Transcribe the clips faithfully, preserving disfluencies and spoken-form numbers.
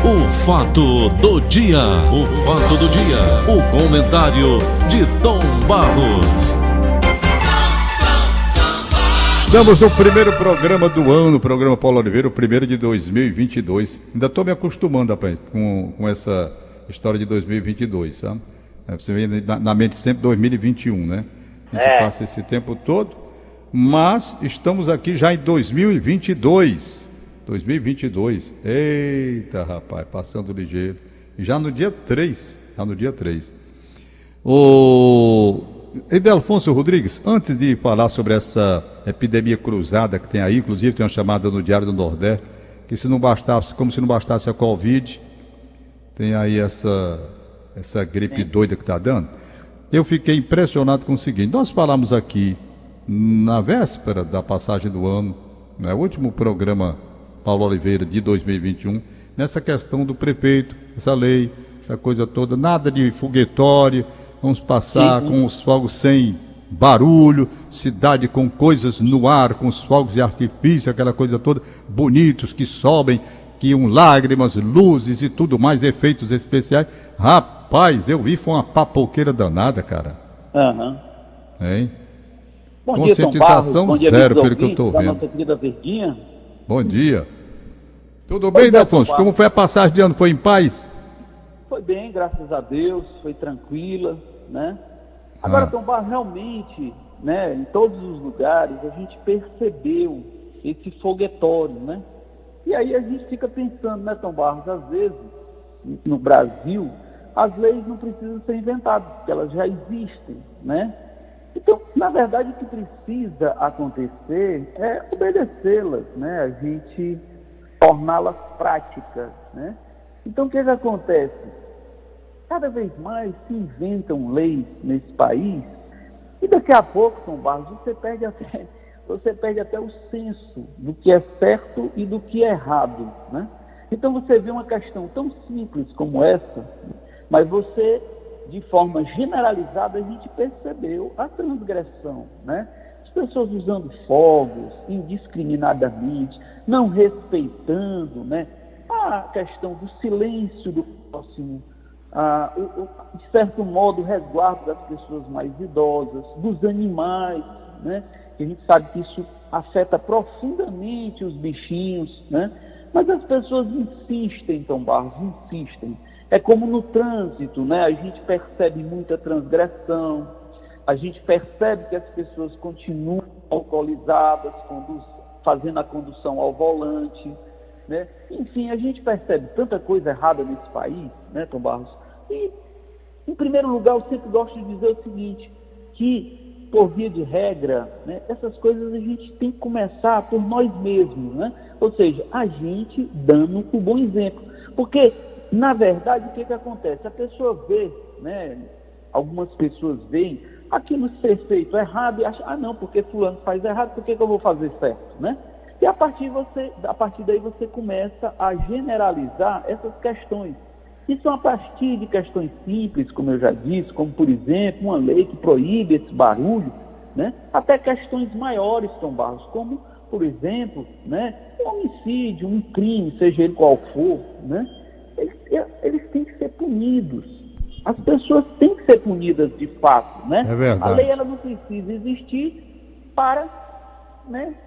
O fato do dia, o fato do dia, o comentário de Tom Barros. Estamos no primeiro programa do ano, programa Paulo Oliveira, o primeiro de dois mil e vinte e dois. Ainda estou me acostumando, rapaz, com, com essa história de dois mil e vinte e dois, sabe? Você vê na, na mente sempre dois mil e vinte e um, né? A gente é. passa esse tempo todo, mas estamos aqui já em dois mil e vinte e dois. dois mil e vinte e dois. Eita, rapaz, passando ligeiro. Já no dia três, já no dia três. O Edelfonso Rodrigues, antes de falar sobre essa epidemia cruzada que tem aí, inclusive tem uma chamada no Diário do Nordeste, que se não bastasse, como se não bastasse a Covid, tem aí essa, essa gripe Sim. doida que está dando. Eu fiquei impressionado com o seguinte: nós falamos aqui na véspera da passagem do ano, né, o último programa Paulo Oliveira de dois mil e vinte e um, nessa questão do prefeito, essa lei, essa coisa toda, nada de foguetório, vamos passar Sim. com os fogos sem barulho, cidade com coisas no ar, com os fogos de artifício, aquela coisa toda, bonitos que sobem, que iam lágrimas, luzes e tudo mais, efeitos especiais. Rapaz, eu vi, foi uma papoqueira danada, cara. Aham. Uhum. Hein? Bom Conscientização dia, zero, pelo que eu estou vendo. Nossa querida Verdinha. Bom dia. Tudo bem, Delfonso? Como foi a passagem de ano? Foi em paz? Foi bem, graças a Deus, foi tranquila, né? Agora, ah. Tom Barros, realmente, né, em todos os lugares, a gente percebeu esse foguetório, né? E aí a gente fica pensando, né, Tom Barros, às vezes, no Brasil, as leis não precisam ser inventadas, porque elas já existem, né? Então, na verdade, o que precisa acontecer é obedecê-las, né? A gente torná-las práticas, né? Então, o que, que acontece? Cada vez mais se inventam leis nesse país e daqui a pouco, Tom Barros, você perde até, você perde até o senso do que é certo e do que é errado, né? Então, você vê uma questão tão simples como essa, mas você, de forma generalizada, a gente percebeu a transgressão, né? As pessoas usando fogos indiscriminadamente, não respeitando, né, a questão do silêncio do próximo, a, o, o, de certo modo, o resguardo das pessoas mais idosas, dos animais, né? Que a gente sabe que isso afeta profundamente os bichinhos, né? Mas as pessoas insistem, Tom Barros, insistem. É como no trânsito, né? A gente percebe muita transgressão, a gente percebe que as pessoas continuam alcoolizadas, conduz, fazendo a condução ao volante, né? Enfim, a gente percebe tanta coisa errada nesse país, né, Tom Barros? E, em primeiro lugar, eu sempre gosto de dizer o seguinte, que, por via de regra, né, essas coisas a gente tem que começar por nós mesmos, né? Ou seja, a gente dando o bom exemplo. Porque, na verdade, o que, que acontece? A pessoa vê, né, algumas pessoas veem aquilo ser feito errado e acham, ah não, porque fulano faz errado, por que, que eu vou fazer certo, né? E a partir, você, a partir daí você começa a generalizar essas questões. E são a partir de questões simples, como eu já disse, como por exemplo, uma lei que proíbe esse barulho, né? Até questões maiores, Tom Barros, como, por exemplo, né, um homicídio, um crime, seja ele qual for, né? Eles, eles têm que ser punidos. As pessoas têm que ser punidas de fato, né? É verdade. A lei ela não precisa existir para, né,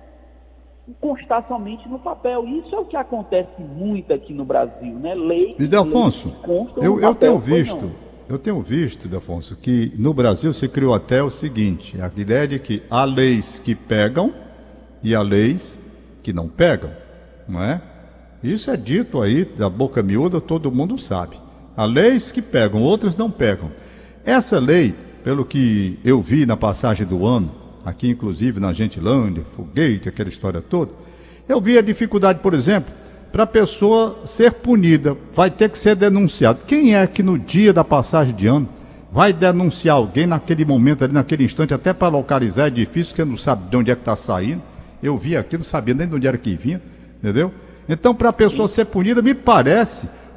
constar somente no papel. Isso é o que acontece muito aqui no Brasil, né? Lei. E Delfonso, eu, eu tenho visto, eu tenho visto, Delfonso, que no Brasil se criou até o seguinte: a ideia de que há leis que pegam e há leis que não pegam, não é? Isso é dito aí da boca miúda, todo mundo sabe. Há leis que pegam, outras não pegam. Essa lei, pelo que eu vi na passagem do ano, aqui inclusive na Gentilândia, foguete, aquela história toda, eu vi a dificuldade, por exemplo, para a pessoa ser punida, vai ter que ser denunciado. Quem é que no dia da passagem de ano vai denunciar alguém naquele momento, ali naquele instante, até para localizar é difícil, porque não sabe de onde é que está saindo. Eu vi aqui, não sabia nem de onde era que vinha, entendeu? Então, para a pessoa ser punida, me parece,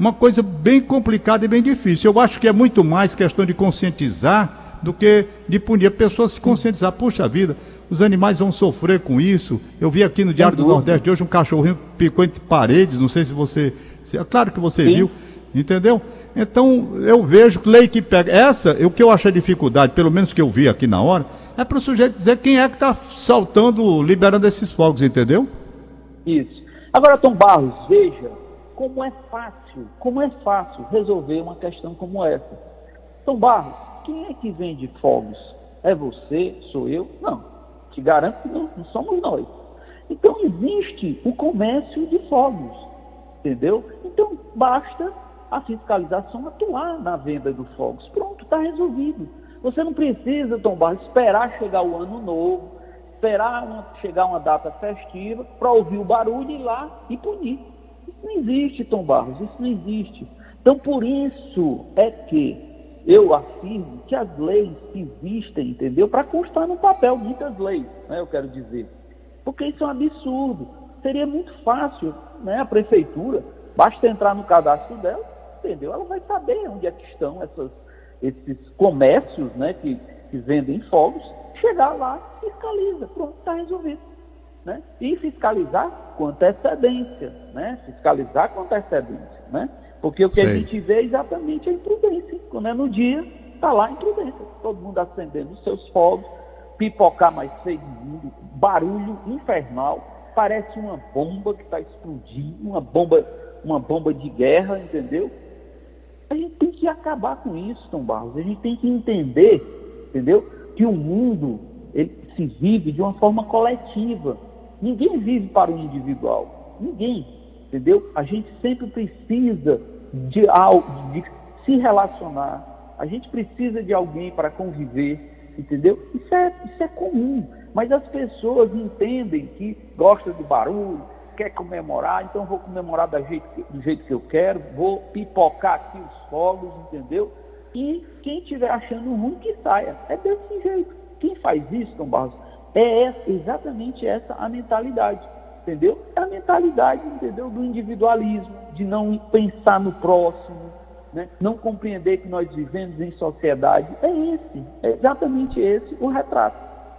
uma coisa bem complicada e bem difícil. Eu acho que é muito mais questão de conscientizar do que de punir. A pessoa se conscientizar, puxa vida, os animais vão sofrer com isso. Eu vi aqui no Diário do Nordeste de hoje um cachorrinho que picou entre paredes, não sei se você... Se, é claro que você Sim. viu, entendeu? Então, eu vejo lei que pega. Essa, o que eu acho a dificuldade, pelo menos que eu vi aqui na hora, é para o sujeito dizer quem é que está soltando, liberando esses fogos, entendeu? Isso. Agora, Tom Barros, veja como é fácil, como é fácil resolver uma questão como essa. Tom Barros, quem é que vende fogos? É você? Sou eu? Não. Te garanto que não, não somos nós. Então, existe o comércio de fogos, entendeu? Então, basta a fiscalização atuar na venda dos fogos. Pronto, está resolvido. Você não precisa, Tom Barros, esperar chegar o ano novo, esperar uma, chegar uma data festiva para ouvir o barulho e ir lá e punir. Isso não existe, Tom Barros, isso não existe. Então, por isso é que eu afirmo que as leis existem, entendeu? Para constar no papel muitas leis, né, eu quero dizer. Porque isso é um absurdo. Seria muito fácil, né, a prefeitura, basta entrar no cadastro dela, entendeu? Ela vai saber onde é que estão essas, esses comércios, né, que, que vendem fogos, chegar lá, fiscaliza, pronto, está resolvido. Né? E fiscalizar com antecedência, né? Fiscalizar com antecedência, né? Porque o que Sei. a gente vê é exatamente a imprudência. Quando é no dia, está lá a imprudência. Todo mundo acendendo os seus fogos, pipocar mais feio do mundo, barulho infernal, parece uma bomba que está explodindo, uma bomba, uma bomba de guerra, entendeu? A gente tem que acabar com isso, Tom Barros. A gente tem que entender, entendeu? Que o mundo ele se vive de uma forma coletiva. Ninguém vive para o individual. Ninguém, entendeu? A gente sempre precisa de, de se relacionar. A gente precisa de alguém para conviver, entendeu? Isso é, isso é comum. Mas as pessoas entendem que gosta do barulho, quer comemorar, então vou comemorar do jeito, que, do jeito que eu quero, vou pipocar aqui os fogos, entendeu? E quem estiver achando ruim, que saia. É desse jeito. Quem faz isso, Tom Barros, é exatamente essa a mentalidade, entendeu? É a mentalidade, entendeu, do individualismo, de não pensar no próximo, né? Não compreender que nós vivemos em sociedade. É esse, é exatamente esse o retrato.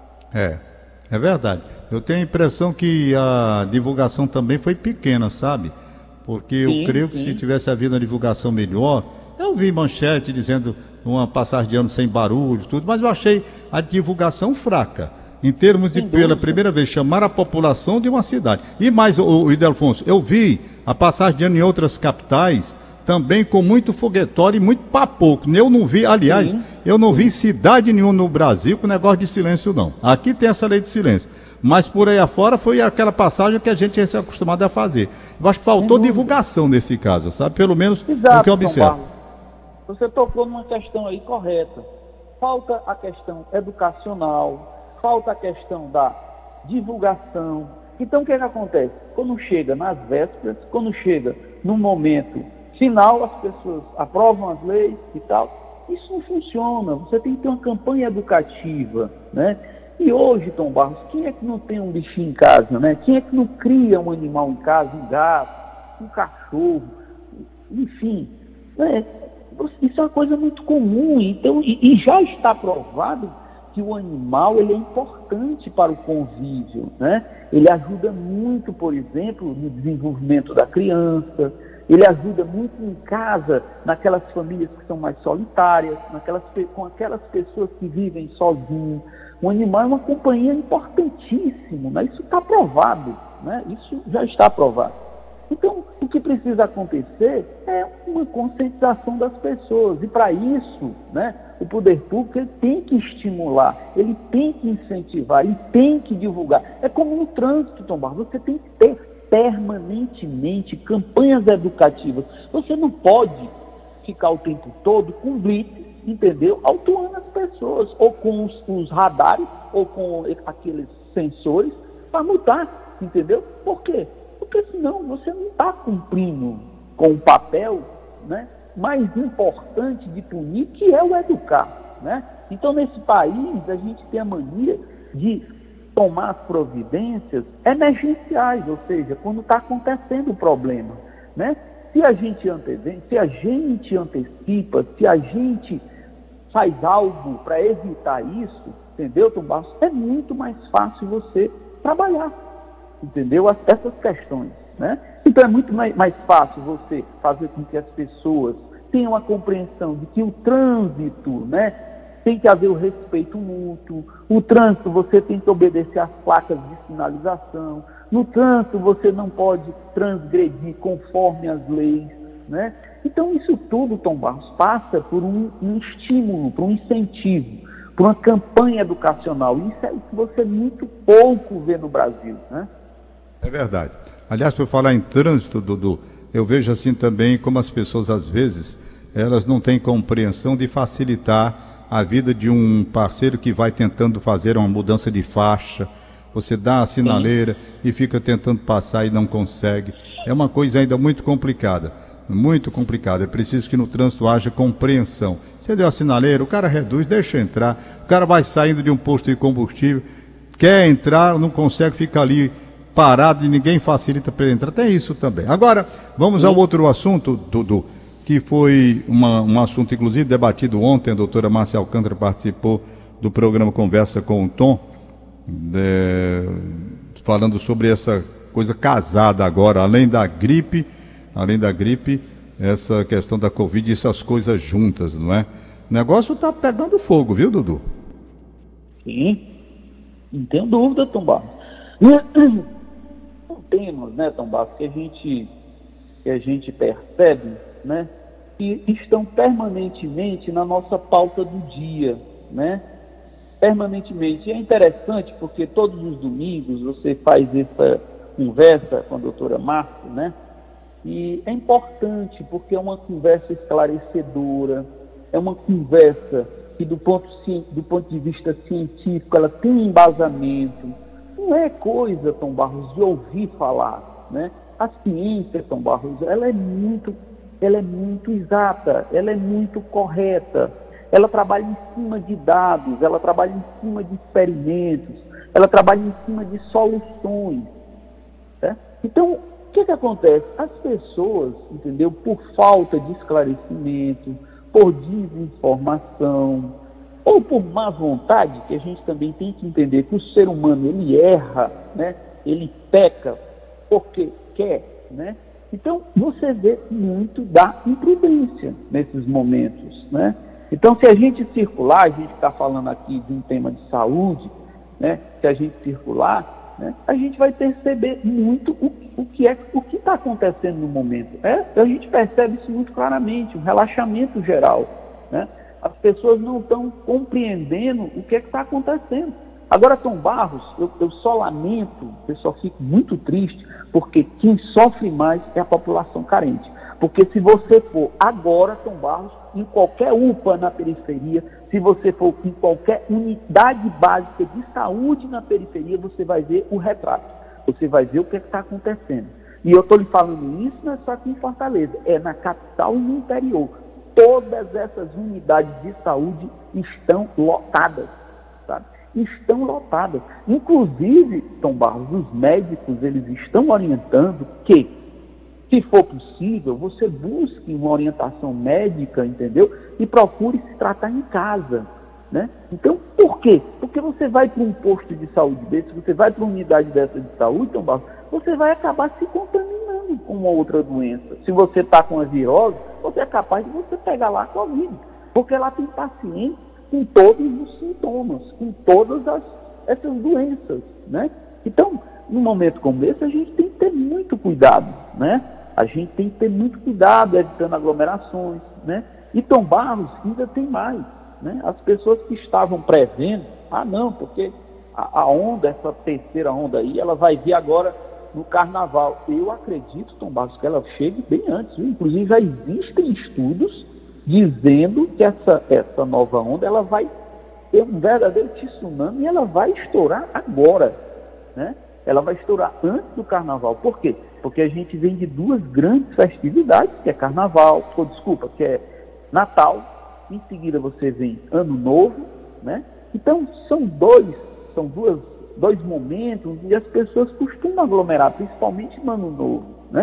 É, é verdade. Eu tenho a impressão que a divulgação também foi pequena, sabe? Porque sim, eu creio que sim. se tivesse havido uma divulgação melhor, eu vi manchete dizendo uma passagem de ano sem barulho, tudo, mas eu achei a divulgação fraca, em termos de, pela primeira vez, chamar a população de uma cidade. E mais, o, o Idelfonso, eu vi a passagem de ano em outras capitais, também com muito foguetório e muito papoco. Eu não vi, aliás, Sim. eu não vi cidade nenhuma no Brasil com negócio de silêncio, não. Aqui tem essa lei de silêncio. Mas por aí afora foi aquela passagem que a gente ia ser acostumado a fazer. Eu acho que faltou divulgação nesse caso, sabe? Pelo menos Exato, o que eu observo. Você tocou numa questão aí correta. Falta a questão educacional, falta a questão da divulgação. Então, o que é que acontece? Quando chega nas vésperas, quando chega no momento final, as pessoas aprovam as leis e tal. Isso não funciona. Você tem que ter uma campanha educativa, né? E hoje, Tom Barros, quem é que não tem um bichinho em casa, né? Quem é que não cria um animal em casa, um gato, um cachorro, enfim, né? Isso é uma coisa muito comum, então, e, e já está provado que o animal ele é importante para o convívio, né? Ele ajuda muito, por exemplo, no desenvolvimento da criança, ele ajuda muito em casa, naquelas famílias que são mais solitárias, naquelas, com aquelas pessoas que vivem sozinhas. O animal é uma companhia importantíssima, né? Isso está provado, né? Isso já está provado. Então, o que precisa acontecer é uma conscientização das pessoas. E para isso, né, o poder público ele tem que estimular, ele tem que incentivar, ele tem que divulgar. É como no trânsito, Tom Barros, você tem que ter permanentemente campanhas educativas. Você não pode ficar o tempo todo com blitz, entendeu? Autuando as pessoas, ou com os, os radares, ou com aqueles sensores, para multar, entendeu? Por quê? Porque senão você não está cumprindo com o papel, né, mais importante de punir, que é o educar, né? Então, nesse país, a gente tem a mania de tomar providências emergenciais, ou seja, quando está acontecendo o problema, né? Se a gente antevém, se a gente antecipa, se a gente faz algo para evitar isso, entendeu, Tom Barros? É muito mais fácil você trabalhar, entendeu? As, essas questões, né? Então é muito mais, mais fácil você fazer com que as pessoas tenham a compreensão de que o trânsito, né, tem que haver o respeito mútuo. O trânsito, você tem que obedecer às placas de sinalização. No trânsito, você não pode transgredir conforme as leis, né? Então, isso tudo, Tom Barros, passa por um, um estímulo, por um incentivo, por uma campanha educacional. Isso é o que você muito pouco vê no Brasil, né? É verdade. Aliás, por falar em trânsito, Dudu, eu vejo assim também como as pessoas, às vezes, elas não têm compreensão de facilitar a vida de um parceiro que vai tentando fazer uma mudança de faixa. Você dá a sinaleira e fica tentando passar e não consegue. É uma coisa ainda muito complicada, muito complicada. É preciso que no trânsito haja compreensão. Você deu a sinaleira, o cara reduz, deixa entrar. O cara vai saindo de um posto de combustível, quer entrar, não consegue, fica ali parado e ninguém facilita para ele entrar. Tem isso também. Agora, vamos ao outro assunto, Dudu, que foi uma, um assunto, inclusive, debatido ontem. A doutora Márcia Alcântara participou do programa Conversa com o Tom, É, falando sobre essa coisa casada agora, além da gripe, além da gripe, essa questão da Covid e essas coisas juntas, não é? O negócio tá pegando fogo, viu, Dudu? Sim, não tenho dúvida, Tom Barros. São temas, né, Tom Barros, que a gente, que a gente percebe, né, que estão permanentemente na nossa pauta do dia, né? Permanentemente. E é interessante porque todos os domingos você faz essa conversa com a doutora Márcia, né? E é importante porque é uma conversa esclarecedora, é uma conversa que do ponto, do ponto de vista científico ela tem embasamento. Não é coisa, Tom Barros, de ouvir falar, né? A ciência, Tom Barros, ela é muito, ela é muito exata, ela é muito correta. Ela trabalha em cima de dados, ela trabalha em cima de experimentos, ela trabalha em cima de soluções. Né? Então, o que, que acontece? As pessoas, entendeu, por falta de esclarecimento, por desinformação, ou por má vontade, que a gente também tem que entender que o ser humano, ele erra, né? Ele peca porque quer, né? Então, você vê muito da imprudência nesses momentos, né? Então, se a gente circular, a gente está falando aqui de um tema de saúde, né? Se a gente circular, né? A gente vai perceber muito o, o que é, o que está acontecendo no momento. É, a gente percebe isso muito claramente, um relaxamento geral, né? As pessoas não estão compreendendo o que é que está acontecendo. Agora, Tom Barros, eu, eu só lamento, eu só fico muito triste, porque quem sofre mais é a população carente. Porque se você for agora, Tom Barros, em qualquer U P A na periferia, se você for em qualquer unidade básica de saúde na periferia, você vai ver o retrato. Você vai ver o que está acontecendo. E eu estou lhe falando isso não é só aqui em Fortaleza, é na capital e no interior. Todas essas unidades de saúde estão lotadas, sabe? Estão lotadas. Inclusive, Tom Barros, os médicos, eles estão orientando que, se for possível, você busque uma orientação médica, entendeu? E procure se tratar em casa, né? Então, por quê? Porque você vai para um posto de saúde desse, você vai para uma unidade dessa de saúde, Tom Barros, você vai acabar se contaminando com uma outra doença. Se você está com a virose, você é capaz de você pegar lá a Covid, porque lá tem pacientes com todos os sintomas, com todas as, essas doenças, né? Então, num momento como esse, a gente tem que ter muito cuidado, né? A gente tem que ter muito cuidado, evitando aglomerações, né? E Tom Barros ainda tem mais, né? As pessoas que estavam prevendo, ah não, porque a, a onda, essa terceira onda aí, ela vai vir agora no Carnaval. Eu acredito, Tom Barros, que ela chegue bem antes, viu? Inclusive já existem estudos dizendo que essa, essa nova onda, ela vai ter um verdadeiro tsunami e ela vai estourar agora, né? Ela vai estourar antes do Carnaval. Por quê? Porque a gente vem de duas grandes festividades, que é Carnaval, ou desculpa, que é Natal, em seguida você vem Ano Novo, né? Então são dois, são duas, dois momentos e as pessoas costumam aglomerar, principalmente no Ano Novo, né?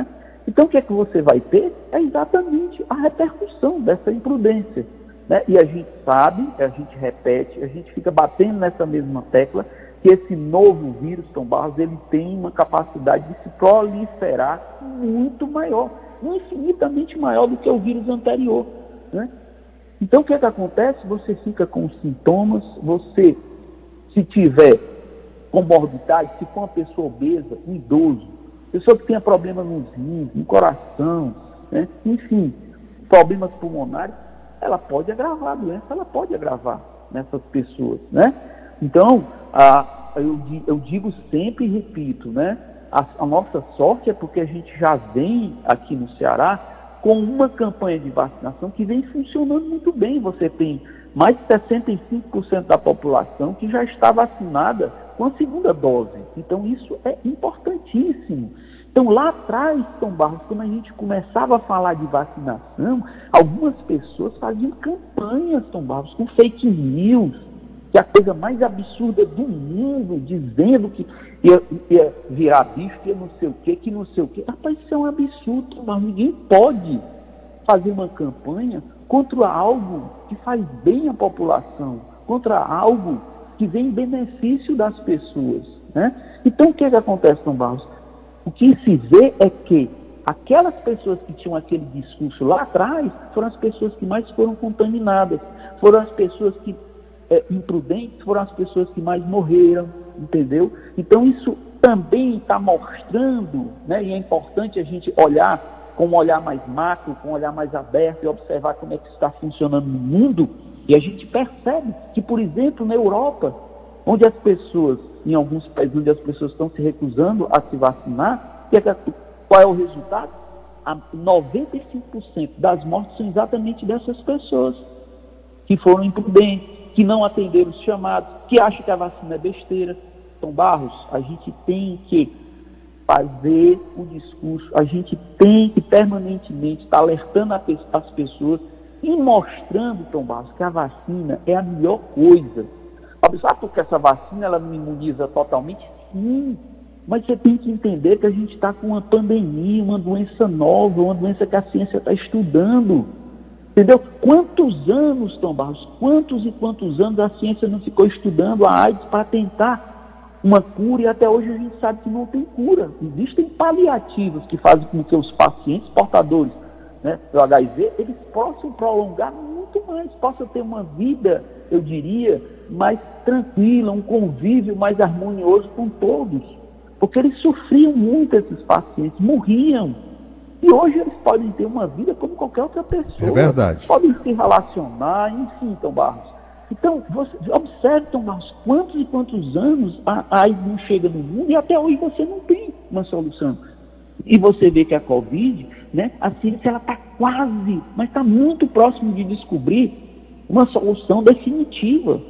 Então, o que é que você vai ter? É exatamente a repercussão dessa imprudência. Né? E a gente sabe, a gente repete, a gente fica batendo nessa mesma tecla, que esse novo vírus, Tom Barros, ele tem uma capacidade de se proliferar muito maior, infinitamente maior do que o vírus anterior. Né? Então, o que é que acontece? Você fica com os sintomas, você, se tiver comorbidade, se for uma pessoa obesa, um idoso, pessoa que tenha problema nos rins, no coração, né? Enfim, problemas pulmonares, ela pode agravar a doença, ela pode agravar nessas pessoas, né? Então, a, eu, eu digo sempre e repito, né? A, a nossa sorte é porque a gente já vem aqui no Ceará com uma campanha de vacinação que vem funcionando muito bem. Você tem mais de sessenta e cinco por cento da população que já está vacinada com a segunda dose. Então, isso é importantíssimo. Então, lá atrás, Tom Barros, quando a gente começava a falar de vacinação, algumas pessoas faziam campanhas, Tom Barros, com fake news, que é a coisa mais absurda do mundo, dizendo que ia, ia virar bicho, que ia não sei o quê, que não sei o quê. Rapaz, isso é um absurdo, Tom Barros. Ninguém pode fazer uma campanha contra algo que faz bem à população, contra algo que vem em benefício das pessoas, né? Então, o que, que acontece, Tom Barros? O que se vê é que aquelas pessoas que tinham aquele discurso lá atrás foram as pessoas que mais foram contaminadas, foram as pessoas que, é, imprudentes, foram as pessoas que mais morreram, entendeu? Então, isso também está mostrando, né, e é importante a gente olhar com um olhar mais macro, com um olhar mais aberto e observar como é que isso está funcionando no mundo, e a gente percebe que, por exemplo, na Europa, onde as pessoas, em alguns países onde as pessoas estão se recusando a se vacinar, qual é o resultado? A noventa e cinco por cento das mortes são exatamente dessas pessoas que foram imprudentes, que não atenderam os chamados, que acham que a vacina é besteira. Tom Barros, a gente tem que fazer o discurso, a gente tem que permanentemente estar alertando as pessoas e mostrando, Tom Barros, que a vacina é a melhor coisa. Sabe porque essa vacina ela não imuniza totalmente? Sim, mas você tem que entender que a gente está com uma pandemia, uma doença nova, uma doença que a ciência está estudando. Entendeu? Quantos anos, Tom Barros, quantos e quantos anos a ciência não ficou estudando a AIDS para tentar uma cura, e até hoje a gente sabe que não tem cura. Existem paliativos que fazem com que os pacientes portadores, né, do agá i vê, eles possam prolongar muito mais, possam ter uma vida, eu diria, mais tranquila, um convívio mais harmonioso com todos. Porque eles sofriam muito, esses pacientes, morriam. E hoje eles podem ter uma vida como qualquer outra pessoa. É verdade. Podem se relacionar, enfim, Tom Barros. Então, você observe, Tom Barros, quantos e quantos anos a AIDS não chega no mundo e até hoje você não tem uma solução. E você vê que a Covid, né, a ciência está quase, mas está muito próximo de descobrir uma solução definitiva.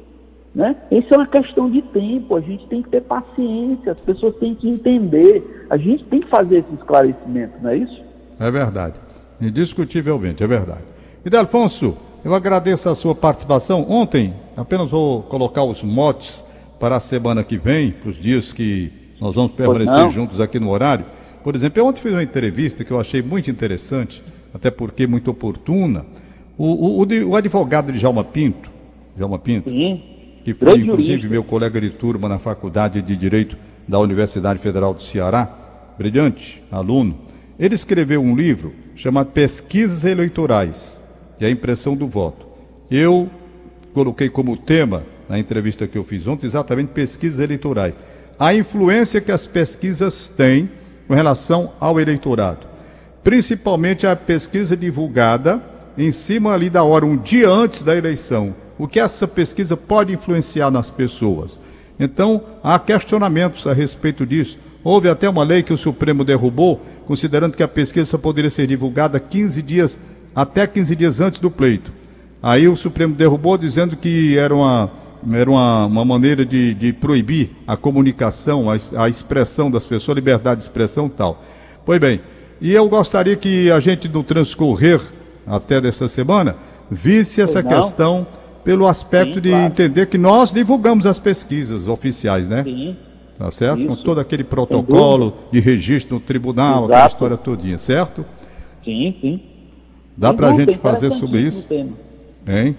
Né? Isso é uma questão de tempo, a gente tem que ter paciência, as pessoas têm que entender, a gente tem que fazer esse esclarecimento, não é isso? É verdade, indiscutivelmente, é verdade. Ildefonso, eu agradeço a sua participação. Ontem, apenas vou colocar os motes para a semana que vem, para os dias que nós vamos permanecer juntos aqui no horário. Por exemplo, eu ontem fiz uma entrevista que eu achei muito interessante, até porque muito oportuna. O, o, o advogado Djalma Pinto, Djalma Pinto, Sim. que foi inclusive meu colega de turma na Faculdade de Direito da Universidade Federal do Ceará, brilhante aluno, ele escreveu um livro chamado Pesquisas Eleitorais e a Impressão do Voto. Eu coloquei como tema, na entrevista que eu fiz ontem, exatamente pesquisas eleitorais. A influência que as pesquisas têm com relação ao eleitorado. Principalmente a pesquisa divulgada em cima ali da hora, um dia antes da eleição. O que essa pesquisa pode influenciar nas pessoas. Então, há questionamentos a respeito disso. Houve até uma lei que o Supremo derrubou, considerando que a pesquisa poderia ser divulgada quinze dias, até quinze dias antes do pleito. Aí o Supremo derrubou, dizendo que era uma, era uma, uma maneira de, de proibir a comunicação, a, a expressão das pessoas, a liberdade de expressão e tal. Pois bem, e eu gostaria que a gente, no transcorrer até dessa semana, visse essa questão pelo aspecto Sim, de claro. entender que nós divulgamos as pesquisas oficiais, né? Sim, tá certo? Isso. Com todo aquele protocolo de registro no tribunal, Exato. aquela história todinha, certo? Sim, sim. Dá Sem pra dúvida, gente fazer sobre isso? Tema. Hein?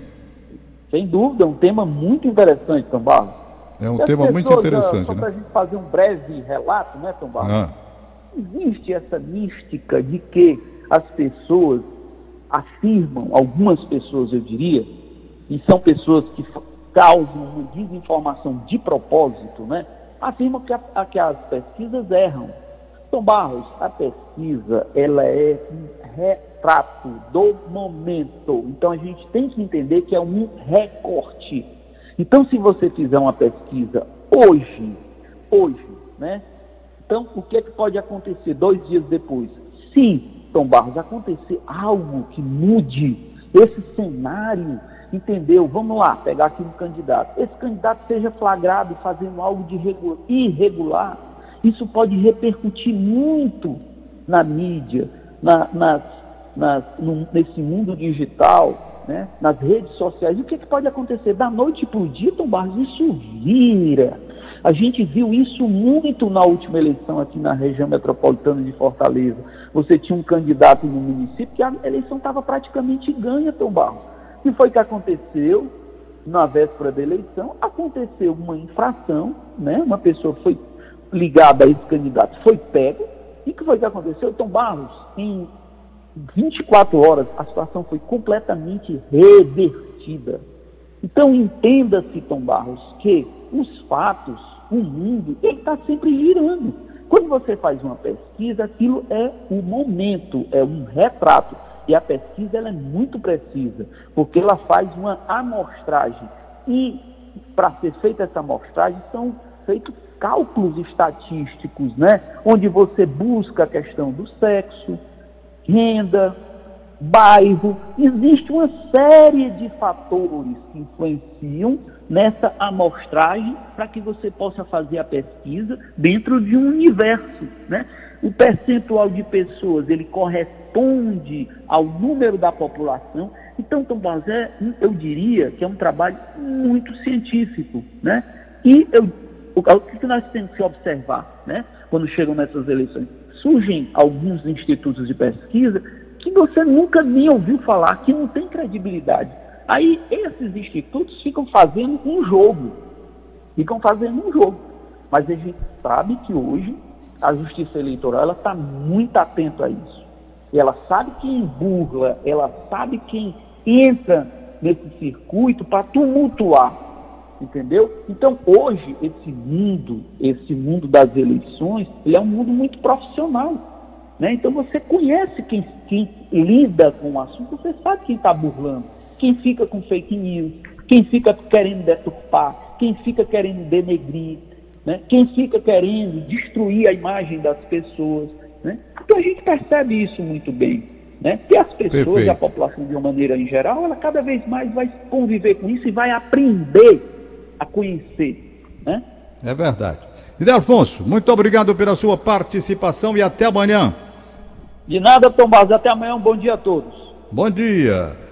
Sem dúvida, é um tema muito interessante, Tom Barros. É um E as tema muito pessoas, interessante, só né? para a gente fazer um breve relato, né, Tom Barros? Ah, Existe essa mística de que as pessoas afirmam, algumas pessoas eu diria, e são pessoas que causam uma desinformação de propósito, né? Afirmam que, a, que as pesquisas erram. Tom Barros, a pesquisa, ela é um retrato do momento. Então a gente tem que entender que é um recorte. Então se você fizer uma pesquisa hoje, hoje, né? Então o que é que pode acontecer dois dias depois? Se, Tom Barros, acontecer algo que mude esse cenário, entendeu? Vamos lá, pegar aqui um candidato. Esse candidato seja flagrado fazendo algo de irregular, isso pode repercutir muito na mídia, na, nas, nas, no, nesse mundo digital, né? Nas redes sociais. E o que, que pode acontecer? Da noite para o dia, Tom Barros, isso vira. A gente viu isso muito na última eleição aqui na região metropolitana de Fortaleza. Você tinha um candidato no município que a eleição estava praticamente ganha, Tom Barros. O que foi que aconteceu? Na véspera da eleição, aconteceu uma infração, né? Uma pessoa foi ligada a esse candidato, foi pego. E o que foi que aconteceu? Tom Barros, em vinte e quatro horas, a situação foi completamente revertida. Então, entenda-se, Tom Barros, que os fatos, o mundo, ele está sempre girando. Quando você faz uma pesquisa, aquilo é um momento, é um retrato. E a pesquisa ela é muito precisa, porque ela faz uma amostragem. E, para ser feita essa amostragem, são feitos cálculos estatísticos, né? Onde você busca a questão do sexo, renda, bairro. Existe uma série de fatores que influenciam nessa amostragem para que você possa fazer a pesquisa dentro de um universo, né? O percentual de pessoas, ele corresponde ao número da população. Então, Tom Barros, eu diria que é um trabalho muito científico, né? E eu, o, o que nós temos que observar, né? Quando chegam nessas eleições? Surgem alguns institutos de pesquisa que você nunca nem ouviu falar, que não tem credibilidade. Aí esses institutos ficam fazendo um jogo, ficam fazendo um jogo. Mas a gente sabe que hoje a Justiça Eleitoral ela está muito atenta a isso. Ela sabe quem burla, ela sabe quem entra nesse circuito para tumultuar, entendeu? Então hoje esse mundo, esse mundo das eleições, ele é um mundo muito profissional, né? Então você conhece quem, quem lida com o assunto, você sabe quem está burlando, quem fica com fake news, quem fica querendo deturpar, quem fica querendo denegrir, né? Quem fica querendo destruir a imagem das pessoas, né? Então a gente percebe isso muito bem, né? E as pessoas Perfeito. E a população de uma maneira em geral, ela cada vez mais vai conviver com isso e vai aprender a conhecer, né? É verdade. Ildefonso, muito obrigado pela sua participação e até amanhã. De nada, Tom Barros, até amanhã, um bom dia a todos. Bom dia.